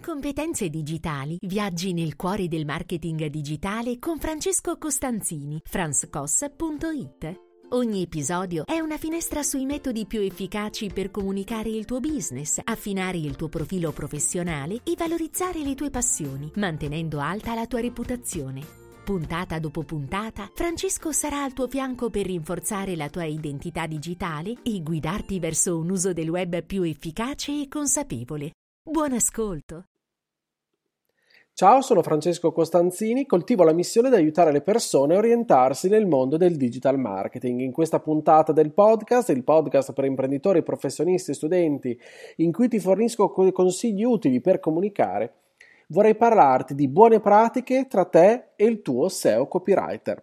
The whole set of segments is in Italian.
competenze digitali, viaggi nel cuore del marketing digitale con Francesco Costanzini, franscos.it. Ogni episodio è una finestra sui metodi più efficaci per comunicare il tuo business, affinare il tuo profilo professionale e valorizzare le tue passioni, mantenendo alta la tua reputazione. Puntata dopo puntata, Francesco sarà al tuo fianco per rinforzare la tua identità digitale e guidarti verso un uso del web più efficace e consapevole. Buon ascolto! Ciao, sono Francesco Costanzini, coltivo la missione di aiutare le persone a orientarsi nel mondo del digital marketing. In questa puntata del podcast, il podcast per imprenditori, professionisti e studenti, in cui ti fornisco consigli utili per comunicare, vorrei parlarti di buone pratiche tra te e il tuo SEO copywriter.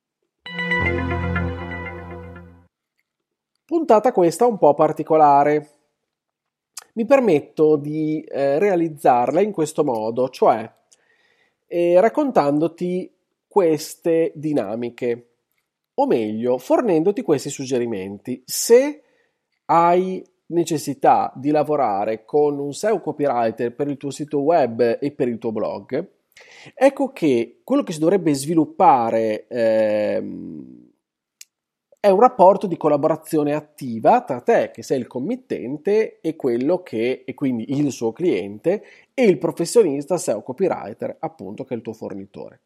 Puntata questa un po' particolare. Mi permetto di realizzarla in questo modo, cioè raccontandoti queste dinamiche, o meglio, fornendoti questi suggerimenti. Se hai necessità di lavorare con un SEO copywriter per il tuo sito web e per il tuo blog, ecco che quello che si dovrebbe sviluppare è un rapporto di collaborazione attiva tra te, che sei il committente, e quindi il suo cliente, e il professionista SEO copywriter, appunto, che è il tuo fornitore.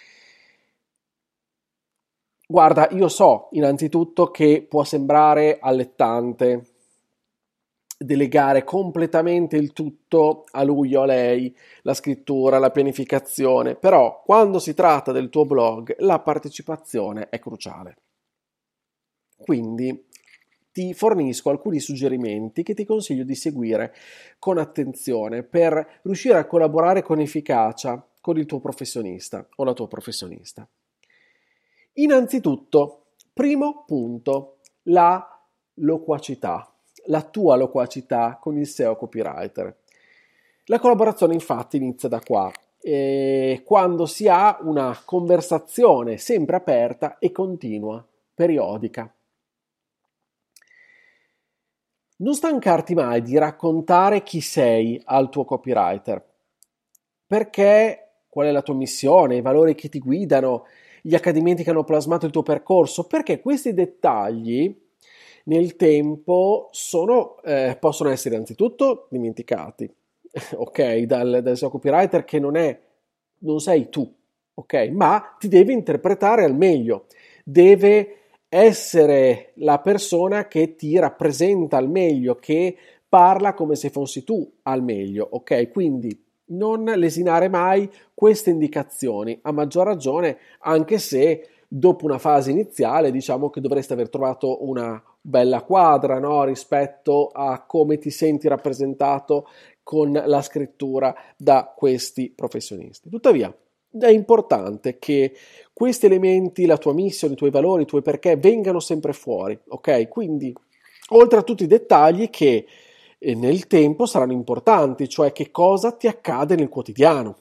Guarda, io so innanzitutto che può sembrare allettante delegare completamente il tutto a lui o a lei, la scrittura, la pianificazione, però quando si tratta del tuo blog la partecipazione è cruciale. Quindi ti fornisco alcuni suggerimenti che ti consiglio di seguire con attenzione per riuscire a collaborare con efficacia con il tuo professionista o la tua professionista. Innanzitutto, primo punto, la loquacità, la tua loquacità con il SEO copywriter. La collaborazione infatti inizia da qua, quando si ha una conversazione sempre aperta e continua, periodica. Non stancarti mai di raccontare chi sei al tuo copywriter, perché qual è la tua missione, i valori che ti guidano, gli accadimenti che hanno plasmato il tuo percorso, perché questi dettagli nel tempo possono essere anzitutto dimenticati, ok, dal SEO copywriter, che non sei tu, ok, ma ti deve interpretare al meglio, deve essere la persona che ti rappresenta al meglio, che parla come se fossi tu al meglio, ok? Quindi non lesinare mai queste indicazioni, a maggior ragione anche se dopo una fase iniziale diciamo che dovresti aver trovato una bella quadra, no? Rispetto a come ti senti rappresentato con la scrittura da questi professionisti. Tuttavia, è importante che questi elementi, la tua missione, i tuoi valori, i tuoi perché, vengano sempre fuori, ok? Quindi, oltre a tutti i dettagli che nel tempo saranno importanti, cioè che cosa ti accade nel quotidiano.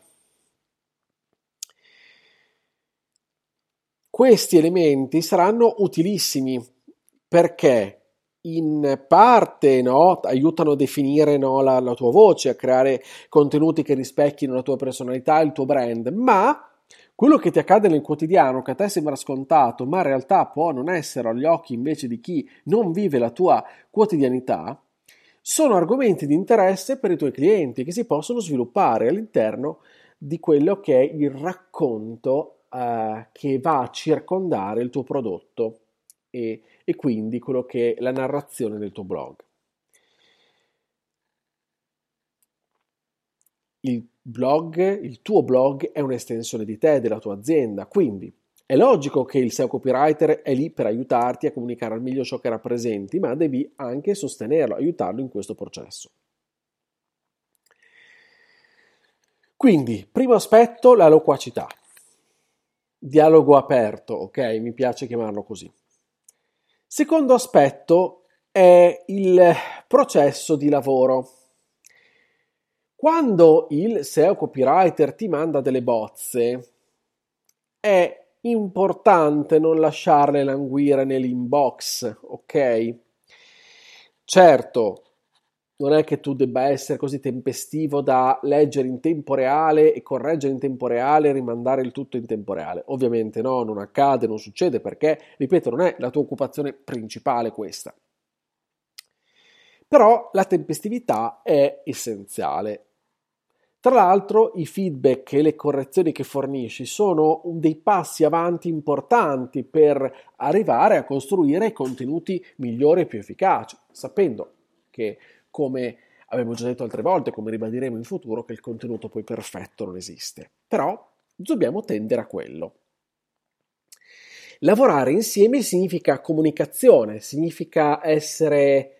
Questi elementi saranno utilissimi perché in parte aiutano a definire la tua voce, a creare contenuti che rispecchino la tua personalità, il tuo brand, ma quello che ti accade nel quotidiano, che a te sembra scontato, ma in realtà può non essere agli occhi invece di chi non vive la tua quotidianità, sono argomenti di interesse per i tuoi clienti che si possono sviluppare all'interno di quello che è il racconto che va a circondare il tuo prodotto e quindi quello che è la narrazione del tuo blog. Il tuo blog è un'estensione di te, della tua azienda, quindi è logico che il SEO copywriter è lì per aiutarti a comunicare al meglio ciò che rappresenti, ma devi anche sostenerlo, aiutarlo in questo processo. Quindi, primo aspetto, la loquacità. Dialogo aperto, ok? Mi piace chiamarlo così. Secondo aspetto è il processo di lavoro. Quando il SEO copywriter ti manda delle bozze, è importante non lasciarle languire nell'inbox, ok? Certo, non è che tu debba essere così tempestivo da leggere in tempo reale e correggere in tempo reale e rimandare il tutto in tempo reale. Ovviamente no, non accade, non succede perché, ripeto, non è la tua occupazione principale questa. Però la tempestività è essenziale. Tra l'altro i feedback e le correzioni che fornisci sono dei passi avanti importanti per arrivare a costruire contenuti migliori e più efficaci, sapendo che, come abbiamo già detto altre volte, come ribadiremo in futuro, che il contenuto poi perfetto non esiste. Però dobbiamo tendere a quello. Lavorare insieme significa comunicazione, significa essere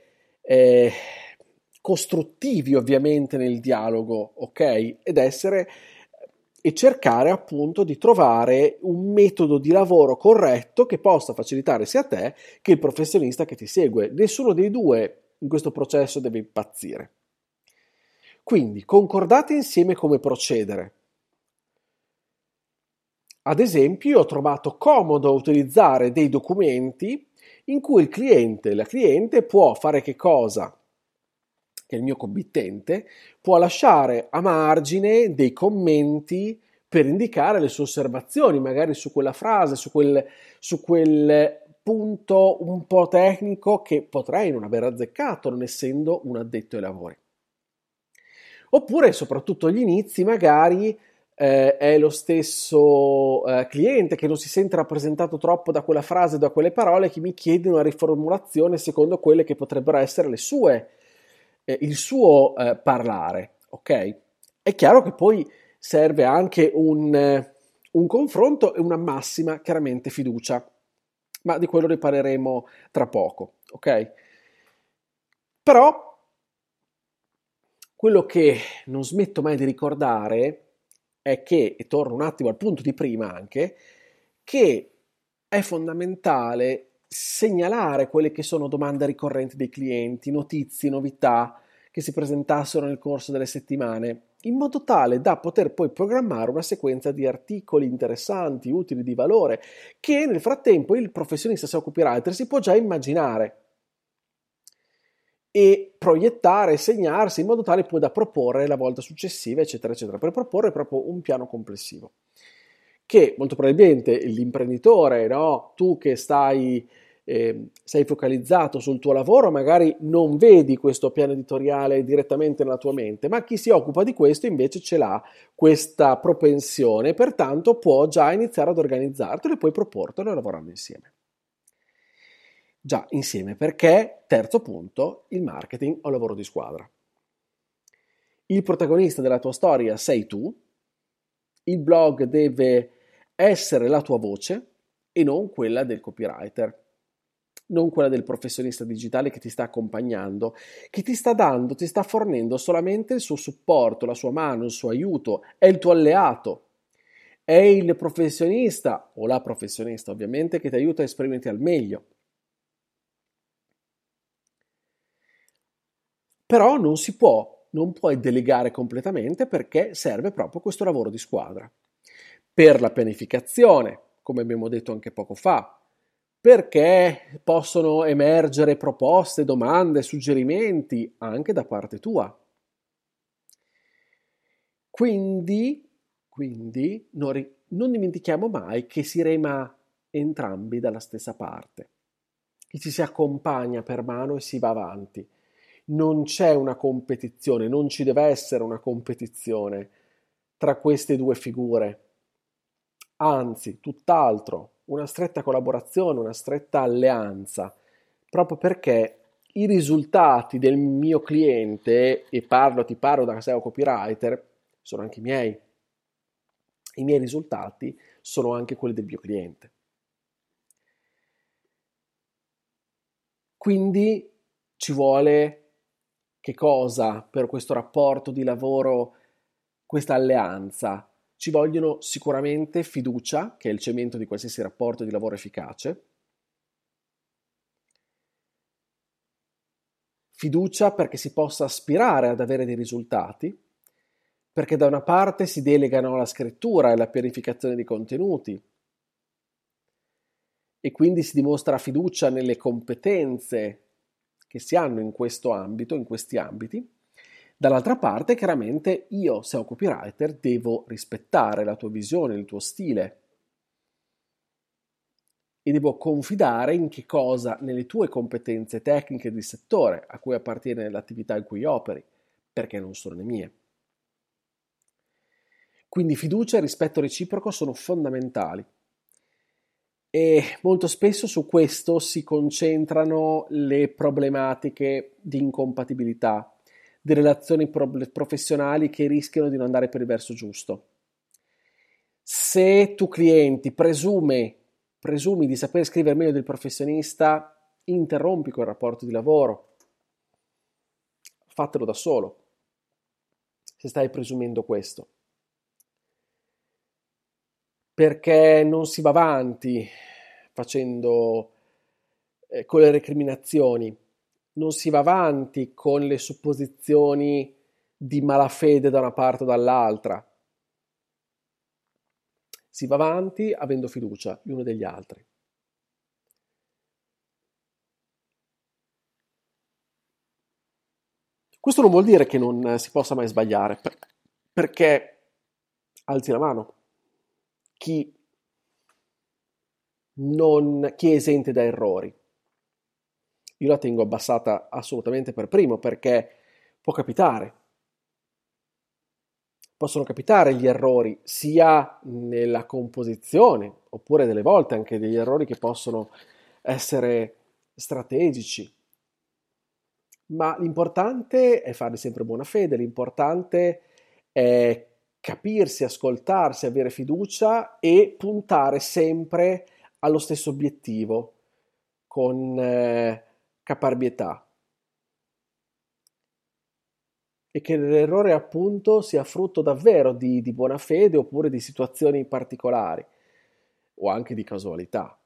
costruttivi ovviamente nel dialogo, ok? E cercare appunto di trovare un metodo di lavoro corretto che possa facilitare sia a te che il professionista che ti segue. Nessuno dei due in questo processo deve impazzire. Quindi concordate insieme come procedere. Ad esempio, io ho trovato comodo utilizzare dei documenti in cui il cliente, la cliente può fare che cosa? Che il mio committente può lasciare a margine dei commenti per indicare le sue osservazioni, magari su quella frase, su quel punto un po' tecnico che potrei non aver azzeccato, non essendo un addetto ai lavori. Oppure, soprattutto agli inizi, magari è lo stesso cliente che non si sente rappresentato troppo da quella frase, da quelle parole, che mi chiede una riformulazione secondo quelle che potrebbero essere le sue il suo parlare, ok? È chiaro che poi serve anche un confronto e una massima, chiaramente, fiducia, ma di quello ne parleremo tra poco, ok? Però quello che non smetto mai di ricordare è che, e torno un attimo al punto di prima anche, che è fondamentale segnalare quelle che sono domande ricorrenti dei clienti, notizie, novità che si presentassero nel corso delle settimane, in modo tale da poter poi programmare una sequenza di articoli interessanti, utili, di valore, che nel frattempo il professionista SEO copywriter si può già immaginare e proiettare, segnarsi in modo tale poi da proporre la volta successiva, eccetera, eccetera, per proporre proprio un piano complessivo. Che molto probabilmente l'imprenditore, no? Tu che sei focalizzato sul tuo lavoro, magari non vedi questo piano editoriale direttamente nella tua mente, ma chi si occupa di questo invece ce l'ha questa propensione, pertanto può già iniziare ad organizzartelo e poi proportelo lavorando insieme. Già insieme, perché, terzo punto, il marketing è un lavoro di squadra. Il protagonista della tua storia sei tu, il blog deve essere la tua voce e non quella del copywriter, non quella del professionista digitale che ti sta accompagnando, che ti sta fornendo solamente il suo supporto, la sua mano, il suo aiuto, è il tuo alleato. È il professionista o la professionista ovviamente che ti aiuta a esprimerti al meglio. Però non puoi delegare completamente perché serve proprio questo lavoro di squadra. Per la pianificazione, come abbiamo detto anche poco fa, perché possono emergere proposte, domande, suggerimenti anche da parte tua. Quindi non dimentichiamo mai che si rema entrambi dalla stessa parte, che ci si accompagna per mano e si va avanti. Non c'è una competizione, non ci deve essere una competizione tra queste due figure. Anzi, tutt'altro, una stretta collaborazione, una stretta alleanza, proprio perché i risultati del mio cliente, e ti parlo da SEO copywriter, sono anche i miei. I miei risultati sono anche quelli del mio cliente. Quindi ci vuole che cosa per questo rapporto di lavoro, questa alleanza? Ci vogliono sicuramente fiducia, che è il cemento di qualsiasi rapporto di lavoro efficace. Fiducia perché si possa aspirare ad avere dei risultati, perché da una parte si delegano la scrittura e la pianificazione dei contenuti e quindi si dimostra fiducia nelle competenze che si hanno in questo ambito, in questi ambiti. Dall'altra parte, chiaramente, io, se ho copywriter, devo rispettare la tua visione, il tuo stile e devo confidare in che cosa, nelle tue competenze tecniche di settore a cui appartiene l'attività in cui operi, perché non sono le mie. Quindi fiducia e rispetto reciproco sono fondamentali e molto spesso su questo si concentrano le problematiche di incompatibilità, di relazioni professionali che rischiano di non andare per il verso giusto. Se tu clienti presumi di saper scrivere meglio del professionista, interrompi quel rapporto di lavoro, fatelo da solo, se stai presumendo questo. Perché non si va avanti facendo con le recriminazioni, non si va avanti con le supposizioni di malafede da una parte o dall'altra. Si va avanti avendo fiducia gli uni degli altri. Questo non vuol dire che non si possa mai sbagliare, perché alzi la mano. Chi è esente da errori. Io la tengo abbassata assolutamente per primo, perché può capitare. Possono capitare gli errori sia nella composizione, oppure delle volte anche degli errori che possono essere strategici. Ma l'importante è farli sempre buona fede, l'importante è capirsi, ascoltarsi, avere fiducia e puntare sempre allo stesso obiettivo con caparbietà. E che l'errore appunto sia frutto davvero di buona fede oppure di situazioni particolari o anche di casualità.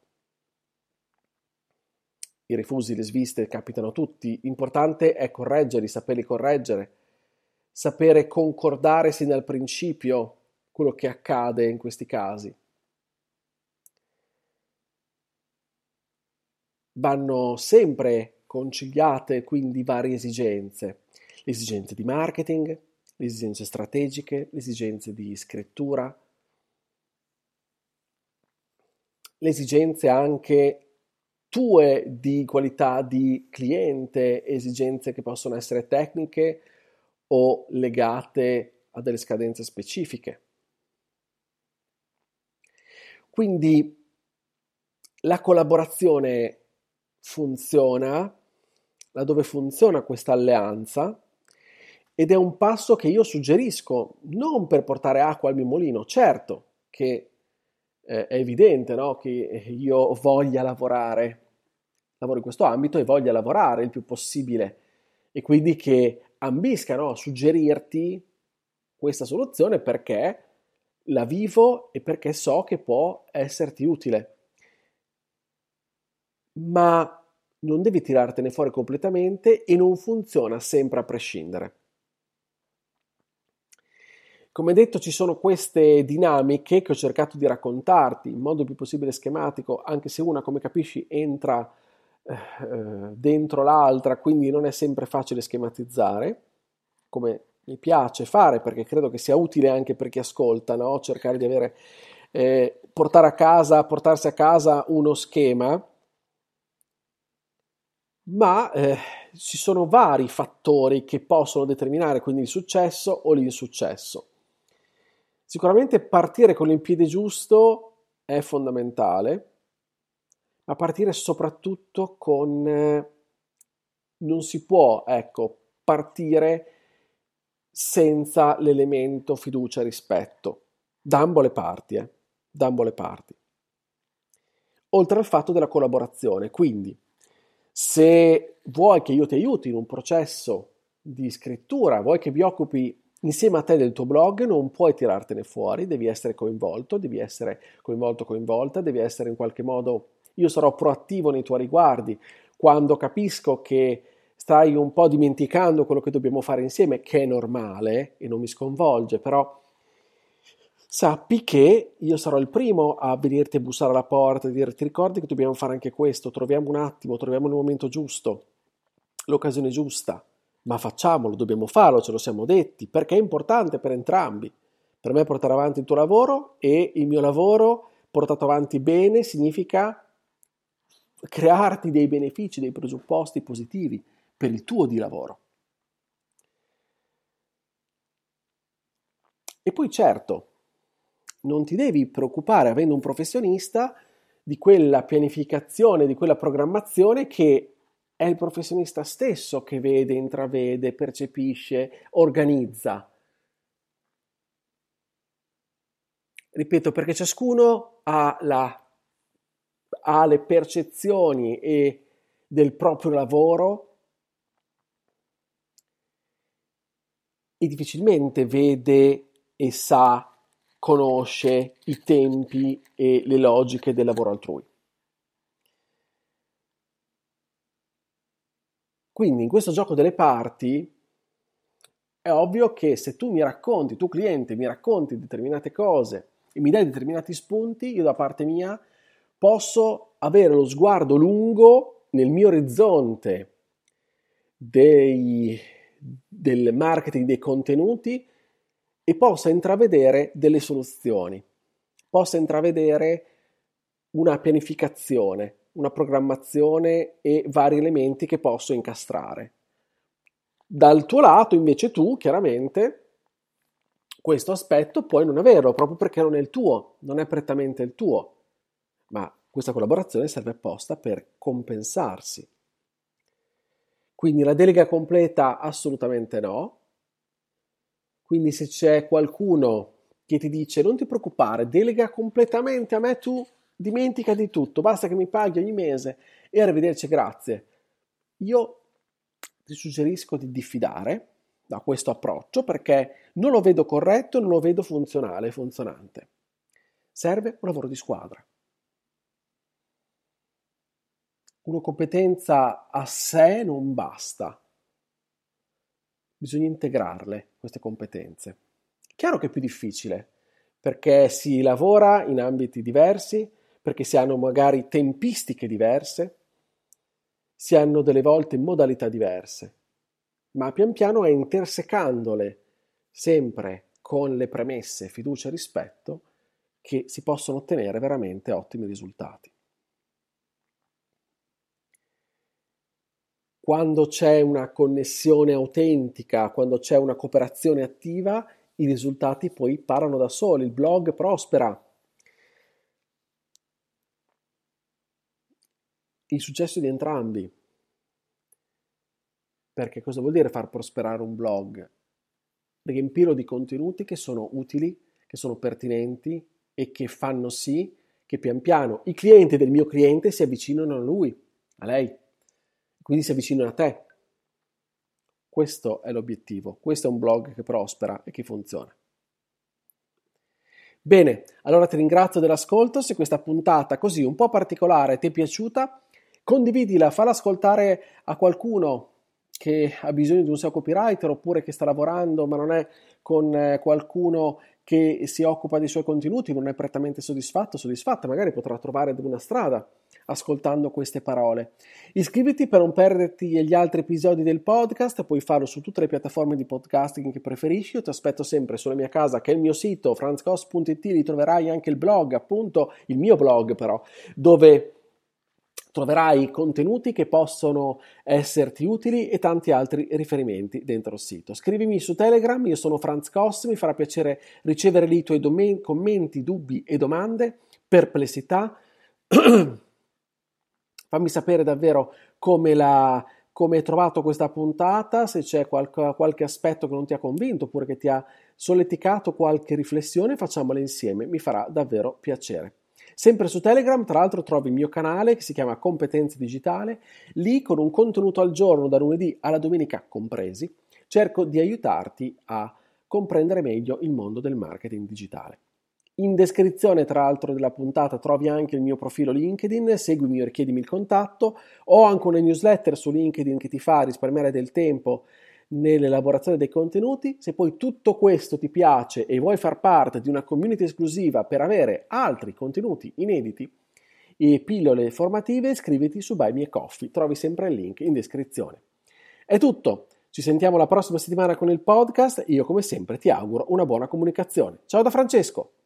I rifusi, le sviste capitano a tutti, l'importante è correggerli, saperli correggere, sapere concordare sin dal principio quello che accade in questi casi. Vanno sempre conciliate quindi varie esigenze, le esigenze di marketing, le esigenze strategiche, le esigenze di scrittura, le esigenze anche tue di qualità di cliente, esigenze che possono essere tecniche o legate a delle scadenze specifiche. Quindi la collaborazione funziona laddove funziona questa alleanza ed è un passo che io suggerisco non per portare acqua al mio mulino, certo che è evidente, no? Che io voglia lavoro in questo ambito e voglia lavorare il più possibile e quindi che ambisca, no, a suggerirti questa soluzione perché la vivo e perché so che può esserti utile. Ma non devi tirartene fuori completamente e non funziona sempre a prescindere. Come detto, ci sono queste dinamiche che ho cercato di raccontarti in modo il più possibile schematico, anche se una, come capisci, entra dentro l'altra, quindi non è sempre facile schematizzare, come mi piace fare, perché credo che sia utile anche per chi ascolta, no? Cercare di avere, portarsi a casa uno schema, ma ci sono vari fattori che possono determinare quindi il successo o l'insuccesso. Sicuramente partire con il piede giusto è fondamentale, ma partire soprattutto con... non si può, partire senza l'elemento fiducia e rispetto, da ambo le parti, da ambo le parti. Oltre al fatto della collaborazione, quindi se vuoi che io ti aiuti in un processo di scrittura, vuoi che mi occupi insieme a te del tuo blog, non puoi tirartene fuori, devi essere coinvolta, devi essere in qualche modo, io sarò proattivo nei tuoi riguardi, quando capisco che stai un po' dimenticando quello che dobbiamo fare insieme, che è normale e non mi sconvolge, però sappi che io sarò il primo a venirti a bussare alla porta e dire ti ricordi che dobbiamo fare anche questo, troviamo un attimo, troviamo il momento giusto. l'occasione giusta, ma facciamolo, dobbiamo farlo, ce lo siamo detti, perché è importante per entrambi. Per me portare avanti il tuo lavoro e il mio lavoro portato avanti bene significa crearti dei benefici, dei presupposti positivi per il tuo di lavoro. E poi certo, non ti devi preoccupare, avendo un professionista, di quella pianificazione, di quella programmazione che è il professionista stesso che vede, intravede, percepisce, organizza. Ripeto, perché ciascuno ha le percezioni del proprio lavoro e difficilmente vede e sa, conosce i tempi e le logiche del lavoro altrui. Quindi in questo gioco delle parti è ovvio che se tu cliente, mi racconti determinate cose e mi dai determinati spunti, io da parte mia posso avere lo sguardo lungo nel mio orizzonte del marketing dei contenuti e possa intravedere delle soluzioni, possa intravedere una pianificazione, una programmazione e vari elementi che posso incastrare. Dal tuo lato, invece, tu chiaramente questo aspetto puoi non averlo proprio perché non è il tuo, non è prettamente il tuo, ma questa collaborazione serve apposta per compensarsi. Quindi la delega completa assolutamente no. Quindi se c'è qualcuno che ti dice non ti preoccupare, delega completamente a me, tu dimentica di tutto, basta che mi paghi ogni mese e arrivederci, grazie. Io ti suggerisco di diffidare da questo approccio perché non lo vedo corretto, non lo vedo funzionale e funzionante. Serve un lavoro di squadra. Una competenza a sé non basta. Bisogna integrarle, queste competenze. Chiaro che è più difficile, perché si lavora in ambiti diversi, perché si hanno magari tempistiche diverse, si hanno delle volte modalità diverse, ma pian piano è intersecandole sempre con le premesse fiducia e rispetto che si possono ottenere veramente ottimi risultati. Quando c'è una connessione autentica, quando c'è una cooperazione attiva, i risultati poi parlano da soli, il blog prospera. Il successo di entrambi. Perché cosa vuol dire far prosperare un blog? Riempirlo di contenuti che sono utili, che sono pertinenti e che fanno sì che pian piano i clienti del mio cliente si avvicinano a lui, a lei, quindi si avvicinano a te. Questo è l'obiettivo, questo è un blog che prospera e che funziona. Bene, allora ti ringrazio dell'ascolto. Se questa puntata così un po' particolare ti è piaciuta, condividila, falla ascoltare a qualcuno che ha bisogno di un SEO copywriter oppure che sta lavorando ma non è con qualcuno che si occupa dei suoi contenuti, non è prettamente soddisfatta, magari potrà trovare una strada ascoltando queste parole. Iscriviti per non perderti gli altri episodi del podcast, puoi farlo su tutte le piattaforme di podcasting che preferisci. Io ti aspetto sempre sulla mia casa, che è il mio sito franzcos.it, lì troverai anche il blog, appunto il mio blog però, dove troverai contenuti che possono esserti utili e tanti altri riferimenti dentro il sito. Scrivimi su Telegram, io sono Franz Cos, mi farà piacere ricevere lì i tuoi commenti, dubbi e domande, perplessità. Fammi sapere davvero come hai trovato questa puntata, se c'è qualche aspetto che non ti ha convinto oppure che ti ha solleticato qualche riflessione, facciamola insieme, mi farà davvero piacere. Sempre su Telegram, tra l'altro, trovi il mio canale che si chiama Competenze Digitale, lì con un contenuto al giorno da lunedì alla domenica compresi, cerco di aiutarti a comprendere meglio il mondo del marketing digitale. In descrizione, tra l'altro, della puntata trovi anche il mio profilo LinkedIn, seguimi o richiedimi il contatto. Ho anche una newsletter su LinkedIn che ti fa risparmiare del tempo nell'elaborazione dei contenuti. Se poi tutto questo ti piace e vuoi far parte di una community esclusiva per avere altri contenuti inediti e pillole formative, iscriviti su Buy Me a Coffee, trovi sempre il link in descrizione. È tutto, ci sentiamo la prossima settimana con il podcast. Io come sempre ti auguro una buona comunicazione. Ciao da Francesco!